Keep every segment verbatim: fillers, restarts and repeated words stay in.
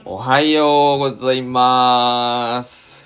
おはようございます。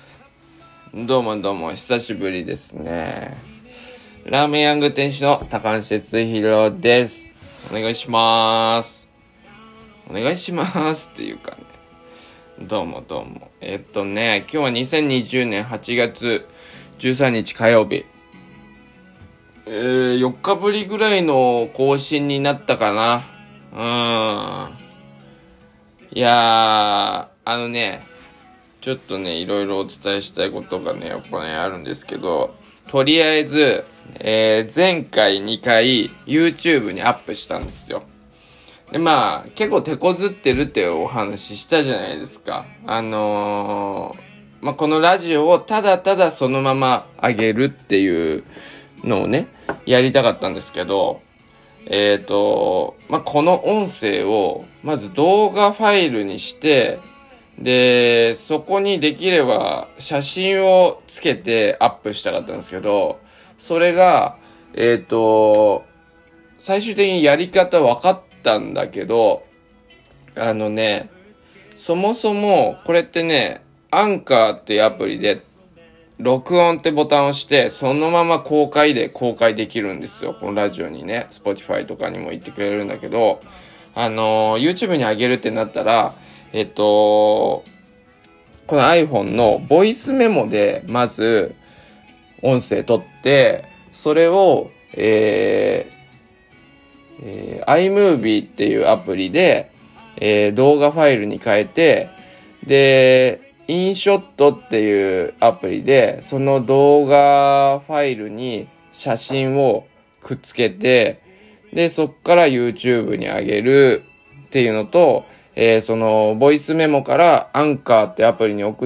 どうもどうも久しぶりですね。ラーメンヤング店主の高橋哲弘です。お願いします。お願いしますっていうかね。どうもどうも。えっとね、今日はにせんにじゅうねんはちがつじゅうさんにち火曜日。えー、よっかぶりぐらいの更新になったかな。うーん。いやー、あのね、ちょっとね、いろいろお伝えしたいことがね、やっぱね、あるんですけど、とりあえず、えー、前回にかい YouTube にアップしたんですよ。で、まあ、結構手こずってるってお話したじゃないですか。あのー、まあ、このラジオをただただそのまま上げるっていうのをね、やりたかったんですけど、えっと、まあ、この音声を、まず動画ファイルにして、で、そこにできれば写真をつけてアップしたかったんですけど、それが、えっと、最終的にやり方分かったんだけど、あのね、そもそもこれってね、アンカーっていうアプリで、録音ってボタンを押して、そのまま公開で公開できるんですよ。このラジオにね、Spotify とかにも言ってくれるんだけど、あのー、YouTube に上げるってなったら、えっと、この iPhone のボイスメモで、まず、音声取って、それを、えー、えー、iMovie っていうアプリで、えー、動画ファイルに変えて、で、インショットっていうアプリで、その動画ファイルに写真をくっつけて、で、そっから YouTube に上げるっていうのと、えー、その、ボイスメモからアンカーってアプリに送って、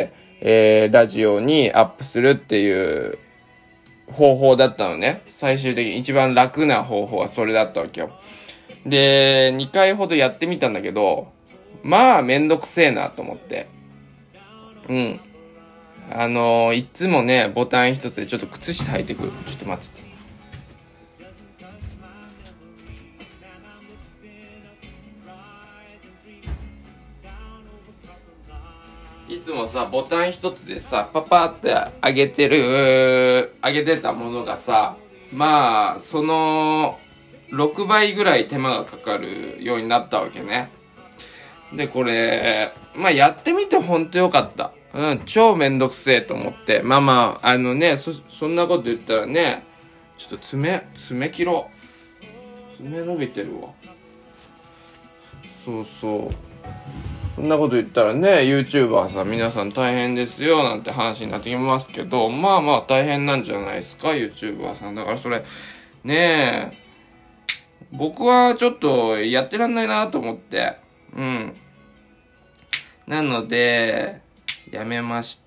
えー、ラジオにアップするっていう方法だったのね。最終的に一番楽な方法はそれだったわけよ。で、にかいほどやってみたんだけど、まあめんどくせえなと思って。うん。あのー、いつもね、ボタン一つでちょっと靴下履いてくる。ちょっと待ってて。いつもさ、ボタン一つでさ、パパって上げてる、上げてたものがさ、まあ、その、ろくばいぐらい手間がかかるようになったわけね。で、これ、まあやってみてほんとよかった。うん、超めんどくせえと思って。まあまあ、あのね、そ、そんなこと言ったらね、ちょっと爪、爪切ろう。爪伸びてるわ。そうそう。そんなこと言ったらね、YouTuber さ、皆さん大変ですよ、なんて話になってきますけど、まあまあ大変なんじゃないですか、YouTuber さん。だからそれ、ねえ、僕はちょっとやってらんないなと思って。うん。なので、やめました。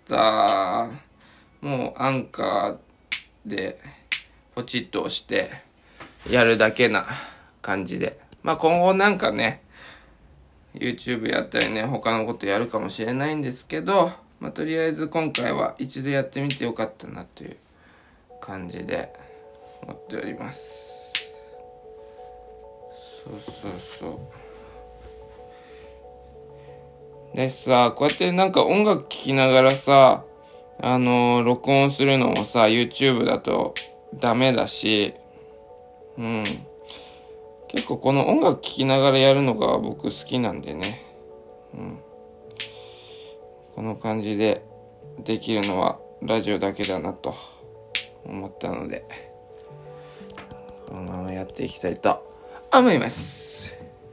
もうアンカーでポチッと押してやるだけな感じで。まあ今後なんかね、YouTube やったりね、他のことやるかもしれないんですけど、まあとりあえず今回は一度やってみてよかったなという感じで思っております。そうそうそう。でさ、こうやってなんか音楽聴きながらさ、あのー、録音するのもさ、YouTube だとダメだし、うん。結構この音楽聴きながらやるのが僕好きなんでね。うん。この感じでできるのはラジオだけだなと思ったので、このままやっていきたいと思います。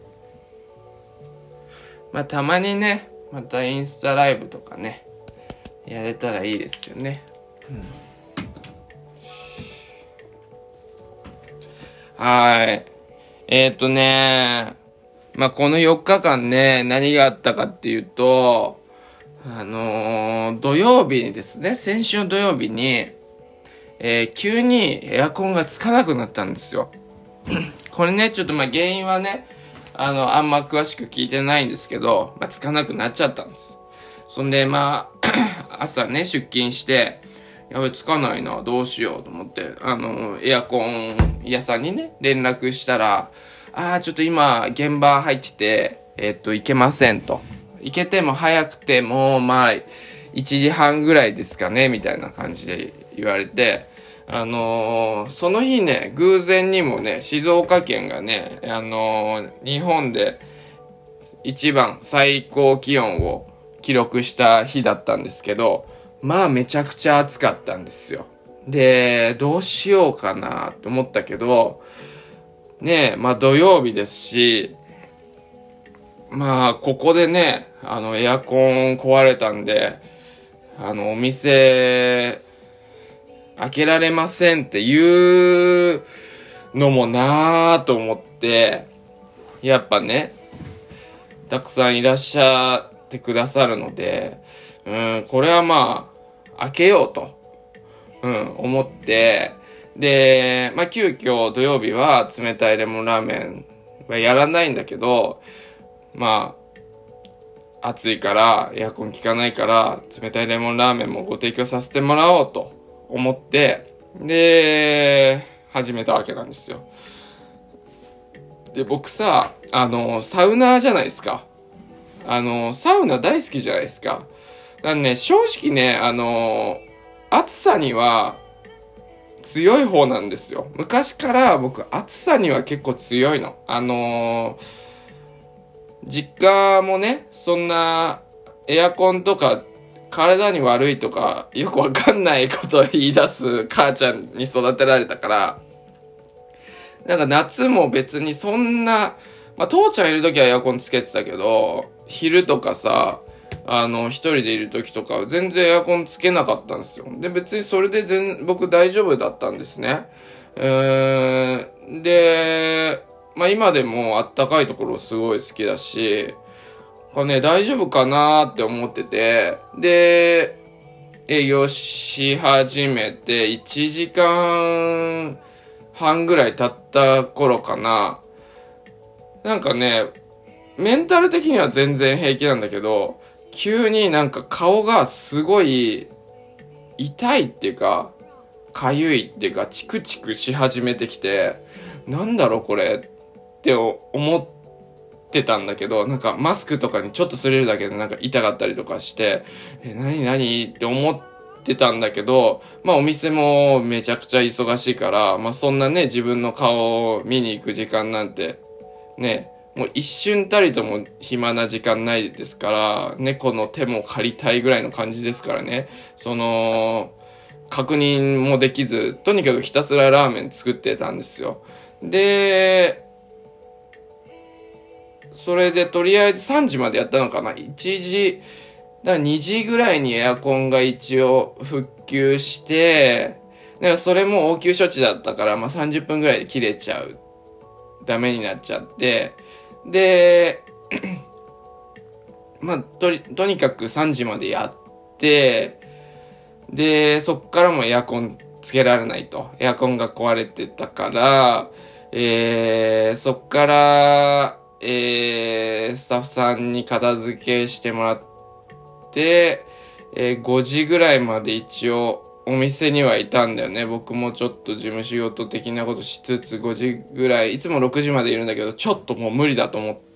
まあたまにね、またインスタライブとかね、やれたらいいですよね。うん、はい。えっとね、まあ、このよっかかんね、何があったかっていうと、あのー、土曜日にですね、先週の土曜日に、えー、急にエアコンがつかなくなったんですよ。これね、ちょっとまあ原因はね、あの、あんま詳しく聞いてないんですけど、まあ、つかなくなっちゃったんです。そんで、まあ、朝ね、出勤して、やべ、つかないな、どうしようと思って、あの、エアコン屋さんにね、連絡したら、あー、ちょっと今、現場入ってて、えっと、いけませんと行けても早くても、まあ、いちじはんぐらいですかね、みたいな感じで言われて、あのー、その日ね、偶然にもね、静岡県がね、あのー、日本で一番最高気温を記録した日だったんですけど、まあめちゃくちゃ暑かったんですよ。で、どうしようかなと思ったけど、ねえ、まあ土曜日ですし、まあここでね、あのエアコン壊れたんで、あのお店開けられませんっていうのもなぁと思って、やっぱね、たくさんいらっしゃってくださるので、うん、これはまあ、開けようと、うん、思って、で、まあ急遽土曜日は冷たいレモンラーメンはやらないんだけど、まあ、暑いから、エアコン効かないから、冷たいレモンラーメンもご提供させてもらおうと思って、で、始めたわけなんですよ。で、僕さ、あの、サウナーじゃないですか。あの、サウナ大好きじゃないですか。なんでね、正直ね、あの、暑さには強い方なんですよ。昔から僕、暑さには結構強いの。あの、実家もね、そんなエアコンとか体に悪いとかよくわかんないことを言い出す母ちゃんに育てられたから、なんか夏も別にそんな、まあ父ちゃんいる時はエアコンつけてたけど、昼とかさ、あの一人でいる時とか全然エアコンつけなかったんですよ。で別にそれで全僕大丈夫だったんですね。えー、で、まあ今でもあったかいところすごい好きだし、これね、大丈夫かなーって思ってて、で、営業し始めていちじかんはんぐらい経った頃かな。なんかね、メンタル的には全然平気なんだけど、急になんか顔がすごい痛いっていうか、かゆいっていうか、チクチクし始めてきて、なんだろうこれって思ってたんだけど、なんかマスクとかにちょっと擦れるだけでなんか痛かったりとかして、え、なになにって思ってたんだけど、まあお店もめちゃくちゃ忙しいから、まあそんなね、自分の顔を見に行く時間なんて、ね、もう一瞬たりとも暇な時間ないですから、猫の手も借りたいぐらいの感じですからね。その、確認もできず、とにかくひたすらラーメン作ってたんですよ。で、それでとりあえずさんじまでやったのかな。いちじ、だからにじぐらいにエアコンが一応復旧して、だからそれも応急処置だったから、まあさんじゅっぷんぐらいで切れちゃう。ダメになっちゃって、で、まあ、とり、とにかくさんじまでやって、で、そっからもエアコンつけられないと。エアコンが壊れてたから、えー、そっから、えー、スタッフさんに片付けしてもらって、えー、ごじぐらいまで一応、お店にはいたんだよね。僕もちょっと事務仕事的なことしつつごじぐらい、いつもろくじまでいるんだけど、ちょっともう無理だと思って、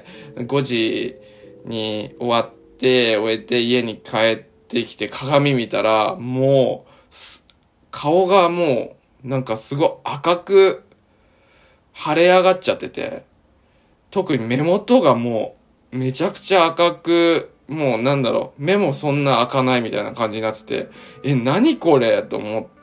ごじに終わって終えて家に帰ってきて鏡見たら、もう、顔がもうなんかすごい赤く腫れ上がっちゃってて、特に目元がもうめちゃくちゃ赤く、もうなんだろう、目もそんな開かないみたいな感じになってて、え、何これと思って、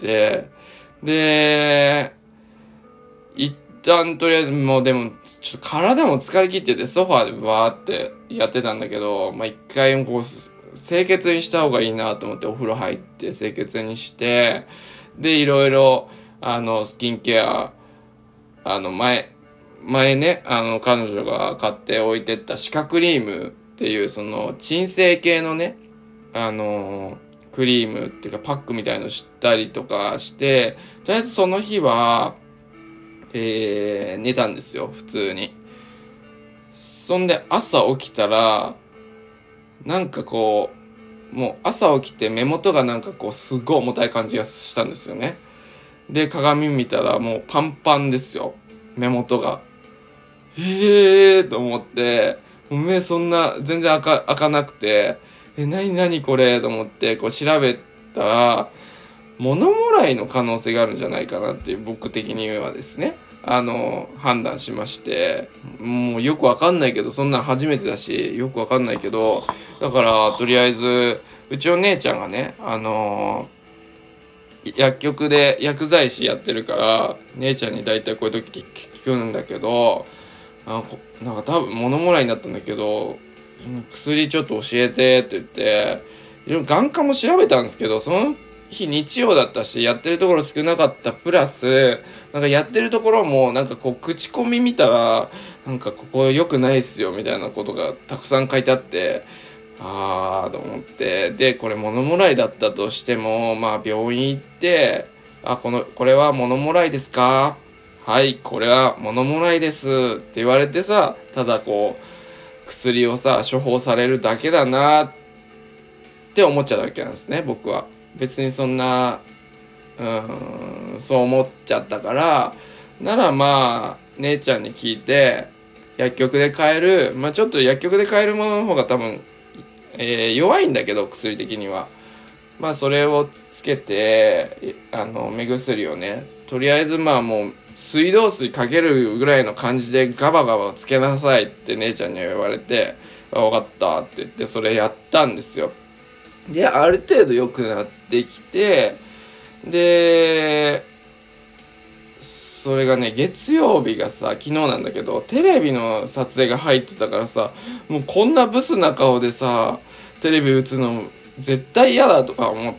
で、一旦とりあえずもうでも、ちょっと体も疲れ切っててソファーでバーってやってたんだけど、まあ、一回こう、清潔にした方がいいなと思ってお風呂入って清潔にして、で、いろいろ、あの、スキンケア、あの、前、前ね、あの、彼女が買って置いてった歯科クリームっていう、その、鎮静系のね、あの、クリームっていうかパックみたいの知ったりとかして、とりあえずその日は、えー、寝たんですよ、普通に。そんで朝起きたら、なんかこう、もう朝起きて目元がなんかこうすごい重たい感じがしたんですよね。で、鏡見たらもうパンパンですよ、目元が。へーと思って、 おめえそんな、全然開か、開かなくて、え、なになにこれと思って、こう調べたら、物もらいの可能性があるんじゃないかなっていう、僕的にはですね、あの、判断しまして、もうよくわかんないけど、そんなん初めてだし、よくわかんないけど、だから、とりあえず、うちの姉ちゃんがね、あの、薬局で薬剤師やってるから、姉ちゃんに大体こういう時聞くんだけど、あなんか多分物もらいになったんだけど、薬ちょっと教えてって言って、いろいろ眼科も調べたんですけど、その日日曜だったし、やってるところ少なかったプラス、なんかやってるところもなんかこう口コミ見たら、なんかここ良くないっすよみたいなことがたくさん書いてあって、あーと思って、で、これ物もらいだったとしても、まあ病院行って、あ、この、これは物もらいですか？はい、これは物もらいですって言われてさ、ただこう、薬をさ、処方されるだけだなって思っちゃうだけなんですね、僕は。別にそんな、うーん、そう思っちゃったから、ならまあ、姉ちゃんに聞いて、薬局で買える、まあちょっと薬局で買えるものの方が多分、えー、弱いんだけど、薬的には。まあそれをつけて、あの、目薬をね、とりあえずまあもう、水道水かけるぐらいの感じでガバガバつけなさいって姉ちゃんには言われて、あ、わかったって言ってそれやったんですよ。で、ある程度良くなってきて、で、それがね、月曜日がさ、昨日なんだけど、テレビの撮影が入ってたからさ、もうこんなブスな顔でさ、テレビ映すの絶対嫌だとか思って、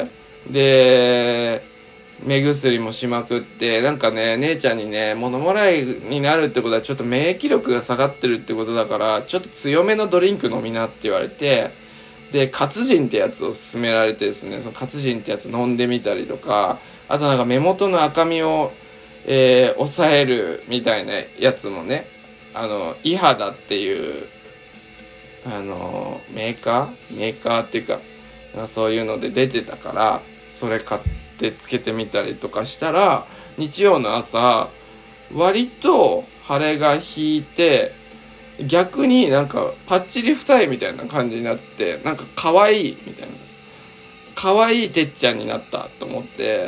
で、目薬もしまくって、なんかね、姉ちゃんにね、物もらいになるってことはちょっと免疫力が下がってるってことだから、ちょっと強めのドリンク飲みなって言われて、で、活人ってやつを勧められてですね、その活人ってやつ飲んでみたりとか、あとなんか目元の赤みを、えー、抑えるみたいなやつもね、あの、イハダっていう、あの、メーカーメーカーっていうか、そういうので出てたから、それ買ってつけてみたりとかしたら、日曜の朝、割と腫れが引いて、逆になんかパッチリ二重みたいな感じになってて、なんか可愛いみたいな。可愛いてっちゃんになったと思って、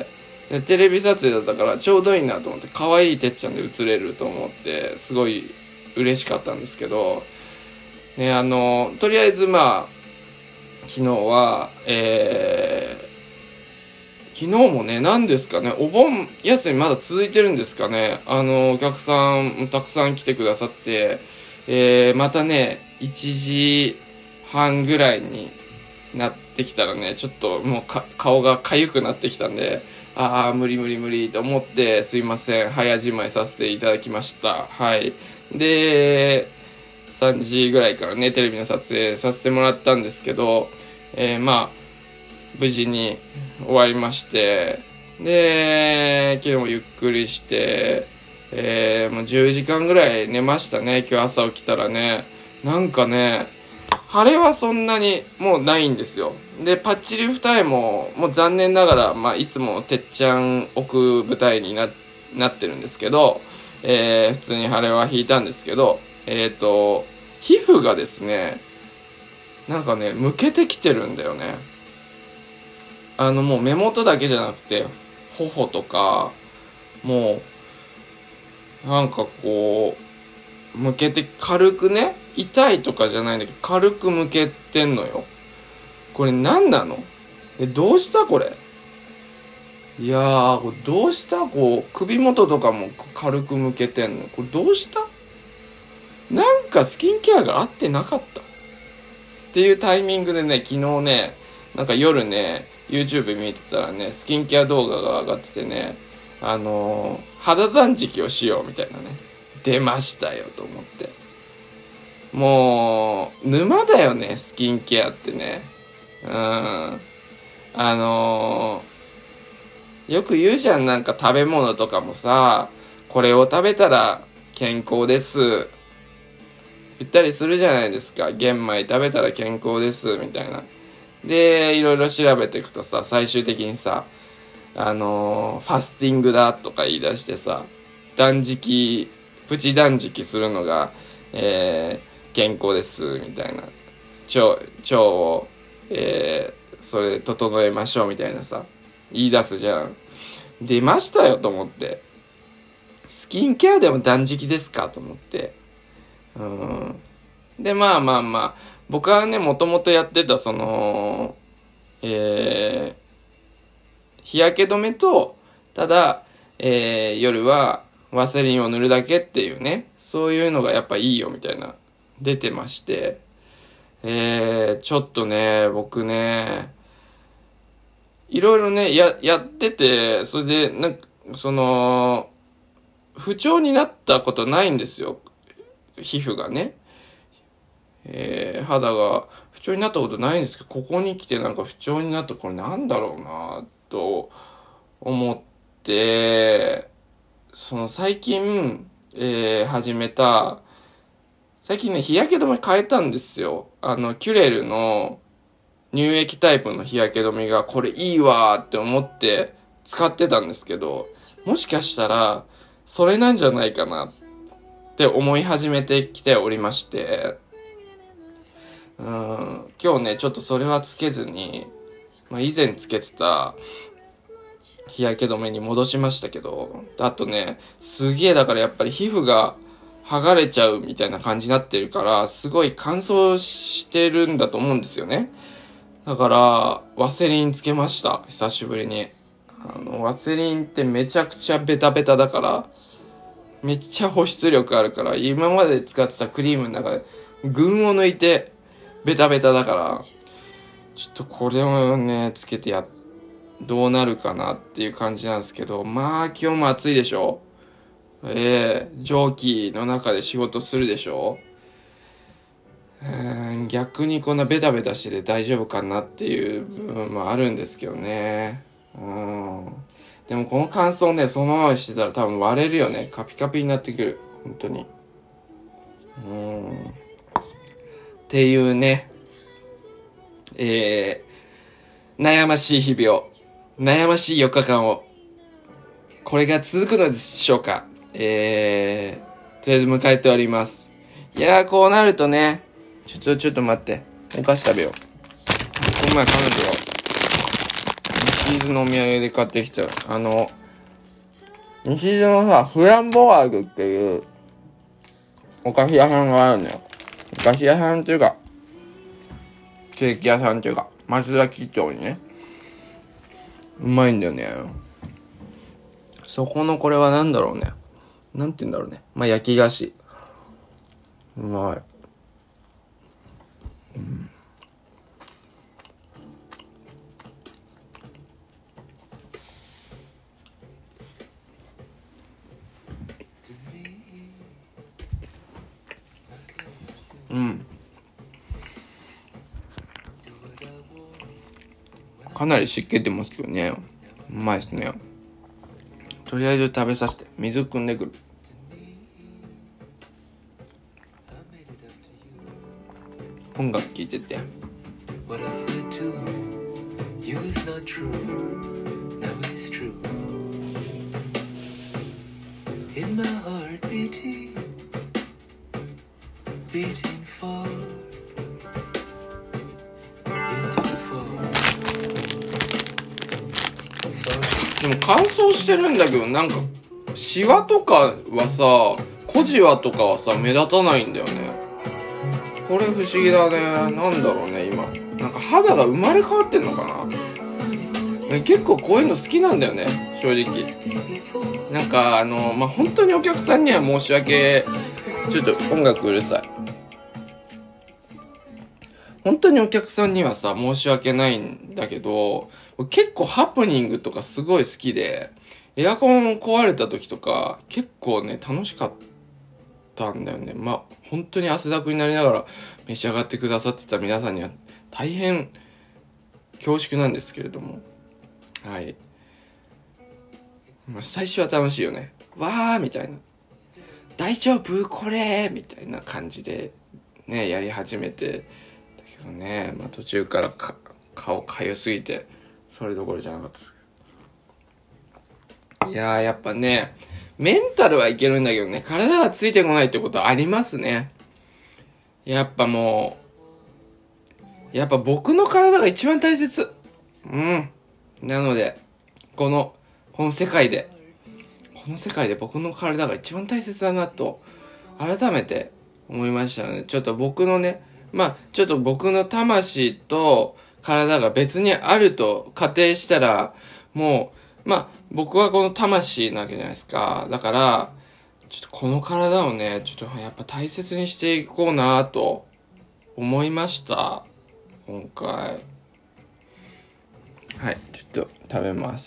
でテレビ撮影だったからちょうどいいなと思って、可愛いてっちゃんで映れると思って、すごい嬉しかったんですけど、ね、あの、とりあえずまあ、昨日は、えー、昨日もね、何ですかね、お盆休みまだ続いてるんですかね。あの、お客さんもたくさん来てくださって、えー、またね、いちじはんぐらいになってきたらね、ちょっともうか顔が痒くなってきたんで、ああ、無理無理無理と思って、すいません、早じまいさせていただきました。はい。で、さんじぐらいからね、テレビの撮影させてもらったんですけど、えー、まあ、無事に終わりまして、で、昨日もゆっくりして、えー、もうじゅうじかんぐらい寝ましたね、今日朝起きたらね。なんかね、腫れはそんなにもうないんですよ。で、パッチリ二重も、もう残念ながら、まあ、いつもてっちゃん置く舞台にな、なってるんですけど、えー、普通に腫れは引いたんですけど、えっと、皮膚がですね、なんかね、むけてきてるんだよね。あの、もう目元だけじゃなくて、頬とか、もう、なんかこう、むけて、軽くね、痛いとかじゃないんだけど、軽くむけてんのよ。これ何なの？え、どうしたこれ？いやー、これどうしたこう、首元とかも軽くむけてんの。これどうした？なんかスキンケアが合ってなかったっていうタイミングでね、昨日ね、なんか夜ね、YouTube 見てたらね、スキンケア動画が上がっててね、あのー、肌断食をしようみたいなね、出ましたよと思って。もう、沼だよね、スキンケアってね。うん。あのー、よく言うじゃん、なんか食べ物とかもさ、これを食べたら健康です。言ったりするじゃないですか。玄米食べたら健康です、みたいな。で、いろいろ調べていくとさ、最終的にさ、あのー、ファスティングだとか言い出してさ、断食、プチ断食するのが、えー、 健康ですみたいな、腸腸を、えー、それで整えましょうみたいなさ言い出すじゃん。出ましたよと思って、スキンケアでも断食ですかと思って、うん。でまあまあまあ僕はねもともとやってたそのえー、日焼け止めとただ、えー、夜はワセリンを塗るだけっていうね、そういうのがやっぱいいよみたいな出てまして、えー、ちょっとね僕ねいろいろねややってて、それでなんかその不調になったことないんですよ、皮膚がね、えー、肌が不調になったことないんですけど、ここに来てなんか不調になった、これなんだろうなと思って、その最近、えー、始めた最近ね日焼け止め変えたんですよ。あのキュレルの乳液タイプの日焼け止めがこれいいわーって思って使ってたんですけど、もしかしたらそれなんじゃないかなって思い始めてきておりまして、うーん今日ねちょっとそれはつけずに、まあ、以前つけてた日焼け止めに戻しましたけど、あとねすげえだからやっぱり皮膚が剥がれちゃうみたいな感じになってるからすごい乾燥してるんだと思うんですよね。だからワセリンつけました、久しぶりに。あのワセリンってめちゃくちゃベタベタだから、めっちゃ保湿力あるから、今まで使ってたクリームの中で群を抜いてベタベタだから、ちょっとこれをねつけてやどうなるかなっていう感じなんですけど、まあ今日も暑いでしょ。ええー、蒸気の中で仕事するでしょ。逆にこんなベタベタしてて大丈夫かなっていう部分もあるんですけどね。うん。でもこの乾燥ね、そのまましてたら多分割れるよね。カピカピになってくる。本当に。うん。っていうね、えー、悩ましい日々を、悩ましいよっかかんを、これが続くのでしょうか。えー、とりあえず迎えております。いやー、こうなるとね、ちょっとちょっと待って、お菓子食べよう。この前彼女が西伊豆のお土産で買ってきたあの西伊豆のさフランボワーグっていうお菓子屋さんがあるのよ。お菓子屋さんっていうかケーキ屋さんっていうか松崎町にね、うまいんだよね。そこのこれはなんだろうね、なんて言うんだろうね、まあ焼き菓子うまい。うん、うん、かなり湿気てますけどね、うまいですね。とりあえず食べさせて、水汲んでくる。音楽聴いてて。What I said to you is not true. Now it is true. In my heart beating, beating for into the fall. でも乾燥してるんだけど、なんかシワとかはさ、小じわとかはさ目立たないんだよね。これ不思議だね。なんだろうね、今なんか肌が生まれ変わってんのかな。結構こういうの好きなんだよね、正直。なんかあのまあ本当にお客さんには申し訳、ちょっと音楽うるさい。本当にお客さんにはさ申し訳ないんだけど、結構ハプニングとかすごい好きで、エアコン壊れた時とか結構ね楽しかったんだよね。まあ本当に汗だくになりながら召し上がってくださってた皆さんには大変恐縮なんですけれども、はい、まあ、最初は楽しいよね。わーみたいな、大丈夫これみたいな感じでねやり始めて、だけどね、まあ、途中からか顔かゆすぎてそれどころじゃなかったです。いやーやっぱねメンタルはいけるんだけどね、体がついてこないってことはありますね。 やっぱもう、やっぱ僕の体が一番大切。うん。なので、この、この世界で、この世界で僕の体が一番大切だなと、改めて思いましたので、ちょっと僕のね、まあ、ちょっと僕の魂と体が別にあると仮定したら、もう、まあ、僕はこの魂なわけじゃないですか。だから、ちょっとこの体をね、ちょっとやっぱ大切にしていこうなと思いました。今回。はい、ちょっと食べます。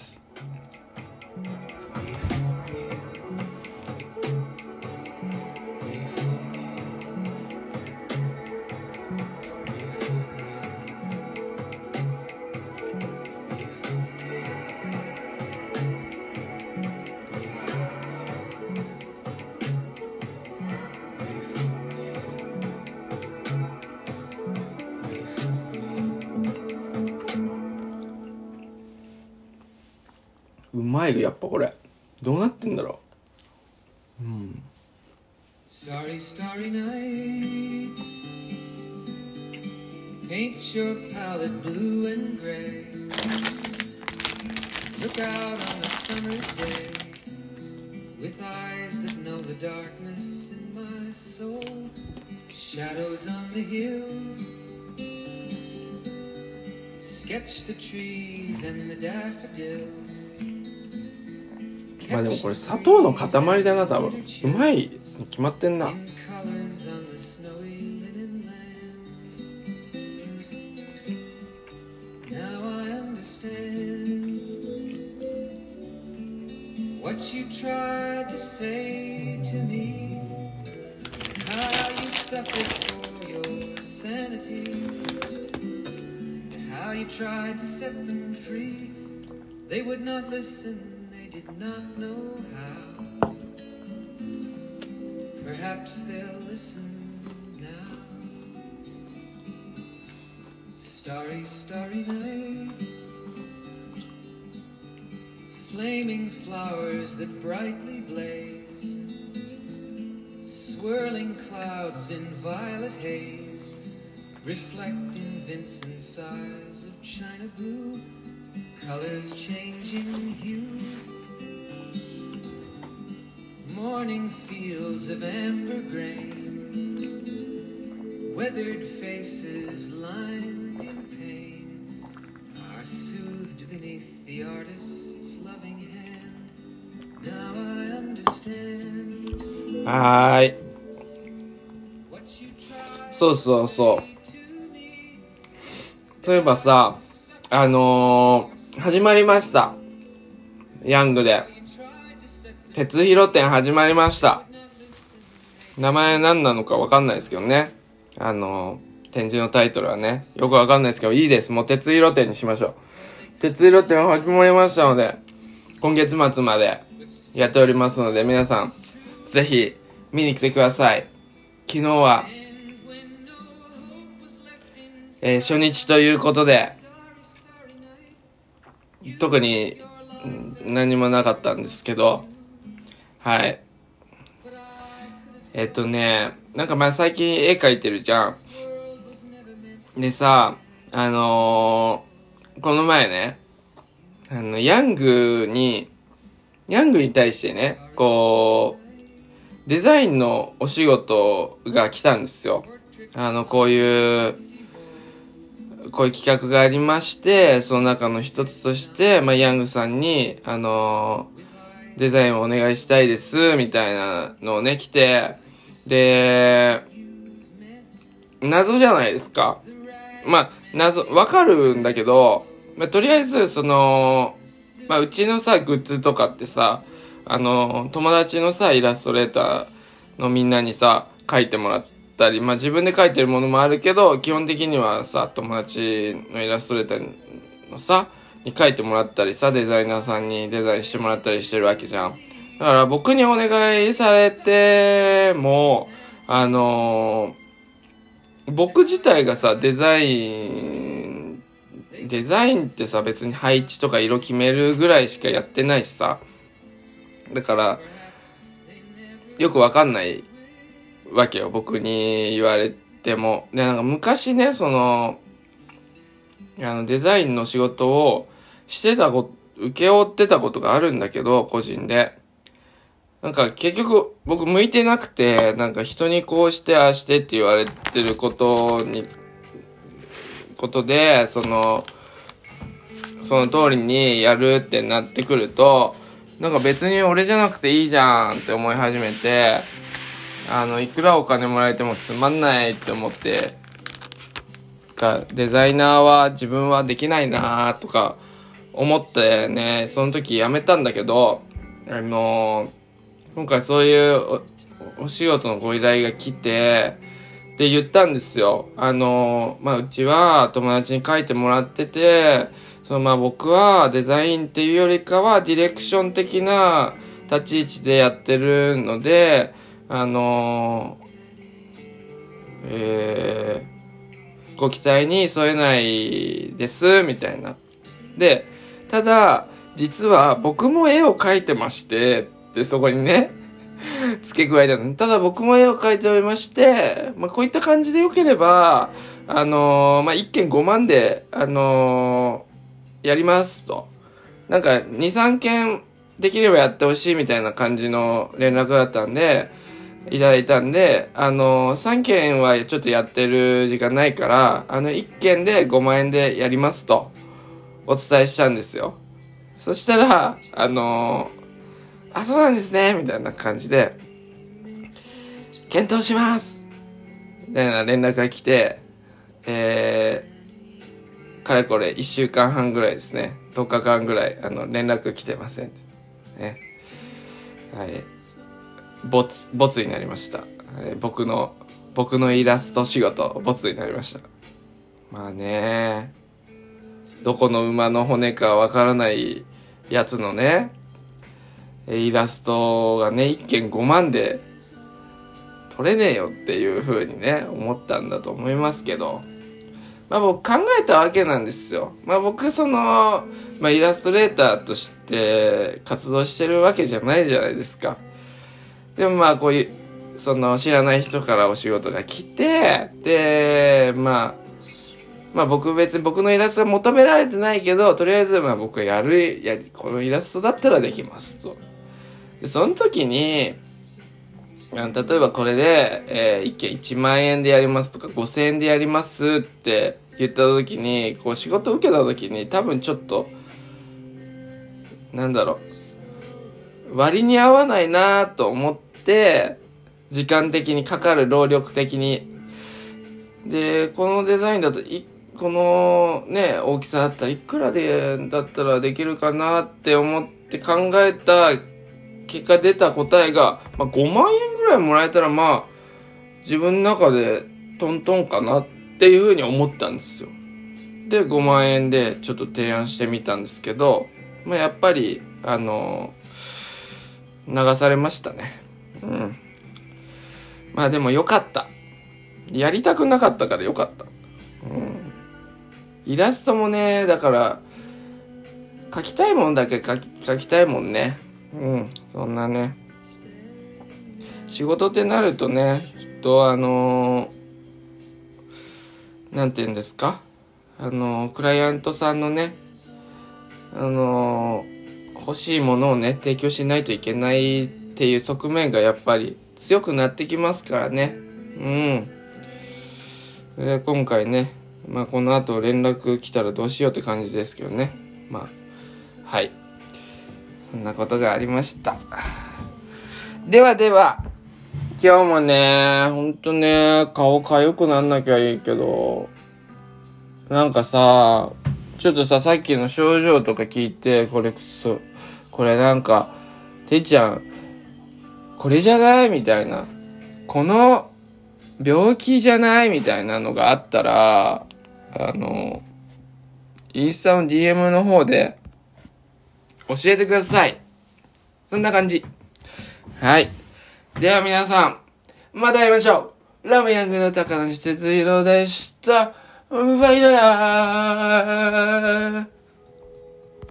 うまいよ、やっぱこれ。どうなってんだろう。うん。Starry, starry night. Paint your palette blue and gray. Look out on a summer's day with eyes that know the darkness in my soul. Shadows on the hills. Sketch the trees and the daffodils.まあでもこれ砂糖の塊だな、多分。うまいに決まってんな。 Did not know how. Perhaps they'll listen now. Starry, starry night. Flaming flowers that brightly blaze. Swirling clouds in violet haze. Reflect in Vincent's eyes of china blue. Colors changing hue.Morning fields of amber grain, weathered faces lined in pain, are soothed beneath the artist's loving hand. Now I understand. はーい。そうそうそう。例えばさ、あのー、始まりました。ヤングで。鉄広展始まりました。名前何なのか分かんないですけどね。あの、展示のタイトルはね、よく分かんないですけど、いいです。もう鉄広展にしましょう。鉄広展始まりましたので、今月末までやっておりますので、皆さん、ぜひ見に来てください。昨日は、えー、初日ということで、特に何もなかったんですけど、はい。えっとね、なんかまあ最近絵描いてるじゃん。でさ、あのー、この前ね、あの、ヤングに、ヤングに対してね、こう、デザインのお仕事が来たんですよ。あの、こういう、こういう企画がありまして、その中の一つとして、まあ、ヤングさんに、あのー、デザインをお願いしたいです、みたいなのをね、来て、で、謎じゃないですか。まあ、謎、わかるんだけど、まあ、とりあえず、その、まあ、うちのさ、グッズとかってさ、あの、友達のさ、イラストレーターのみんなにさ、描いてもらったり、まあ、自分で描いてるものもあるけど、基本的にはさ、友達のイラストレーターのさ、に書いてもらったりさ、デザイナーさんにデザインしてもらったりしてるわけじゃん。だから僕にお願いされても、あのー、僕自体がさ、デザイン、デザインってさ、別に配置とか色決めるぐらいしかやってないしさ。だから、よくわかんないわけよ。僕に言われても。で、なんか昔ね、その、あの、デザインの仕事をしてたこ、受け負ってたことがあるんだけど、個人で。なんか結局僕向いてなくて、なんか人にこうしてああしてって言われてることに、ことで、その、その通りにやるってなってくると、なんか別に俺じゃなくていいじゃんって思い始めて、あの、いくらお金もらえてもつまんないって思って、デザイナーは自分はできないなとか思ってね、その時やめたんだけど、あのー、今回そういうお、お仕事のご依頼が来て、って言ったんですよ。あのー、まあ、うちは友達に書いてもらってて、そのまあ僕はデザインっていうよりかはディレクション的な立ち位置でやってるので、あのー、えー、ご期待に添えないです、みたいな。で、ただ、実は僕も絵を描いてまして、で、そこにね、付け加えたの。ただ僕も絵を描いておりまして、まあこういった感じでよければ、あのー、まあ一件ごまんで、あのー、やりますと。なんかに、さんけんできればやってほしいみたいな感じの連絡だったんで、いただいたんで、あのー、さんけんはちょっとやってる時間ないから、あのいっけんでごまんえんでやりますと、お伝えしたんですよ。そしたら、あのー、あ、そうなんですね、みたいな感じで、検討しますみたいな連絡が来て、えー、かれこれいっしゅうかんはんぐらいですね。とおかかんぐらい、あの、連絡来てません。ね。はい。ボツ、ボツになりました。僕の、僕のイラスト仕事、ボツになりました。まあね、どこの馬の骨かわからないやつのね、イラストがね、いっけんごまんで撮れねえよっていう風にね、思ったんだと思いますけど、まあ僕考えたわけなんですよ。まあ僕その、まあイラストレーターとして活動してるわけじゃないじゃないですか。でもまあこういう、その知らない人からお仕事が来て、で、まあ、まあ僕別に僕のイラストが求められてないけど、とりあえずまあ僕はやる、や、このイラストだったらできますと。でその時に、例えばこれで、えー、いっけんいちまんえんでやりますとかごせんえんでやりますって言った時に、こう仕事受けた時に多分ちょっと、なんだろう、割に合わないなと思って、時間的にかかる労力的に。で、このデザインだとい、このね、大きさだったらいくらで、だったらできるかなって思って考えた結果出た答えが、まあ、ごまんえんぐらいもらえたらまあ自分の中でトントンかなっていうふうに思ったんですよ。でごまんえんでちょっと提案してみたんですけど、まあ、やっぱりあの流されましたね。うん。まあでもよかった。やりたくなかったからよかった。うん。イラストもね、だから描きたいもんだけ描き、描きたいもんね。うん、そんなね。仕事ってなるとね、きっとあのー、なんて言うんですか、あのー、クライアントさんのね、あのー、欲しいものをね、提供しないといけないっていう側面がやっぱり強くなってきますからね。うん。で今回ね、まあこの後連絡来たらどうしようって感じですけどね。まあ、はい。そんなことがありました。ではでは、今日もね、ほんとね、顔かゆくなんなきゃいいけど、なんかさ、ちょっとさ、さっきの症状とか聞いて、これくそ、これなんか、てっちゃん、これじゃないみたいな、この病気じゃないみたいなのがあったら、あの、インスタの ディーエム の方で、教えてください。そんな感じ。はい。では皆さん、また会いましょう。ラーメンヤングの高梨哲弘でした。バイナラー。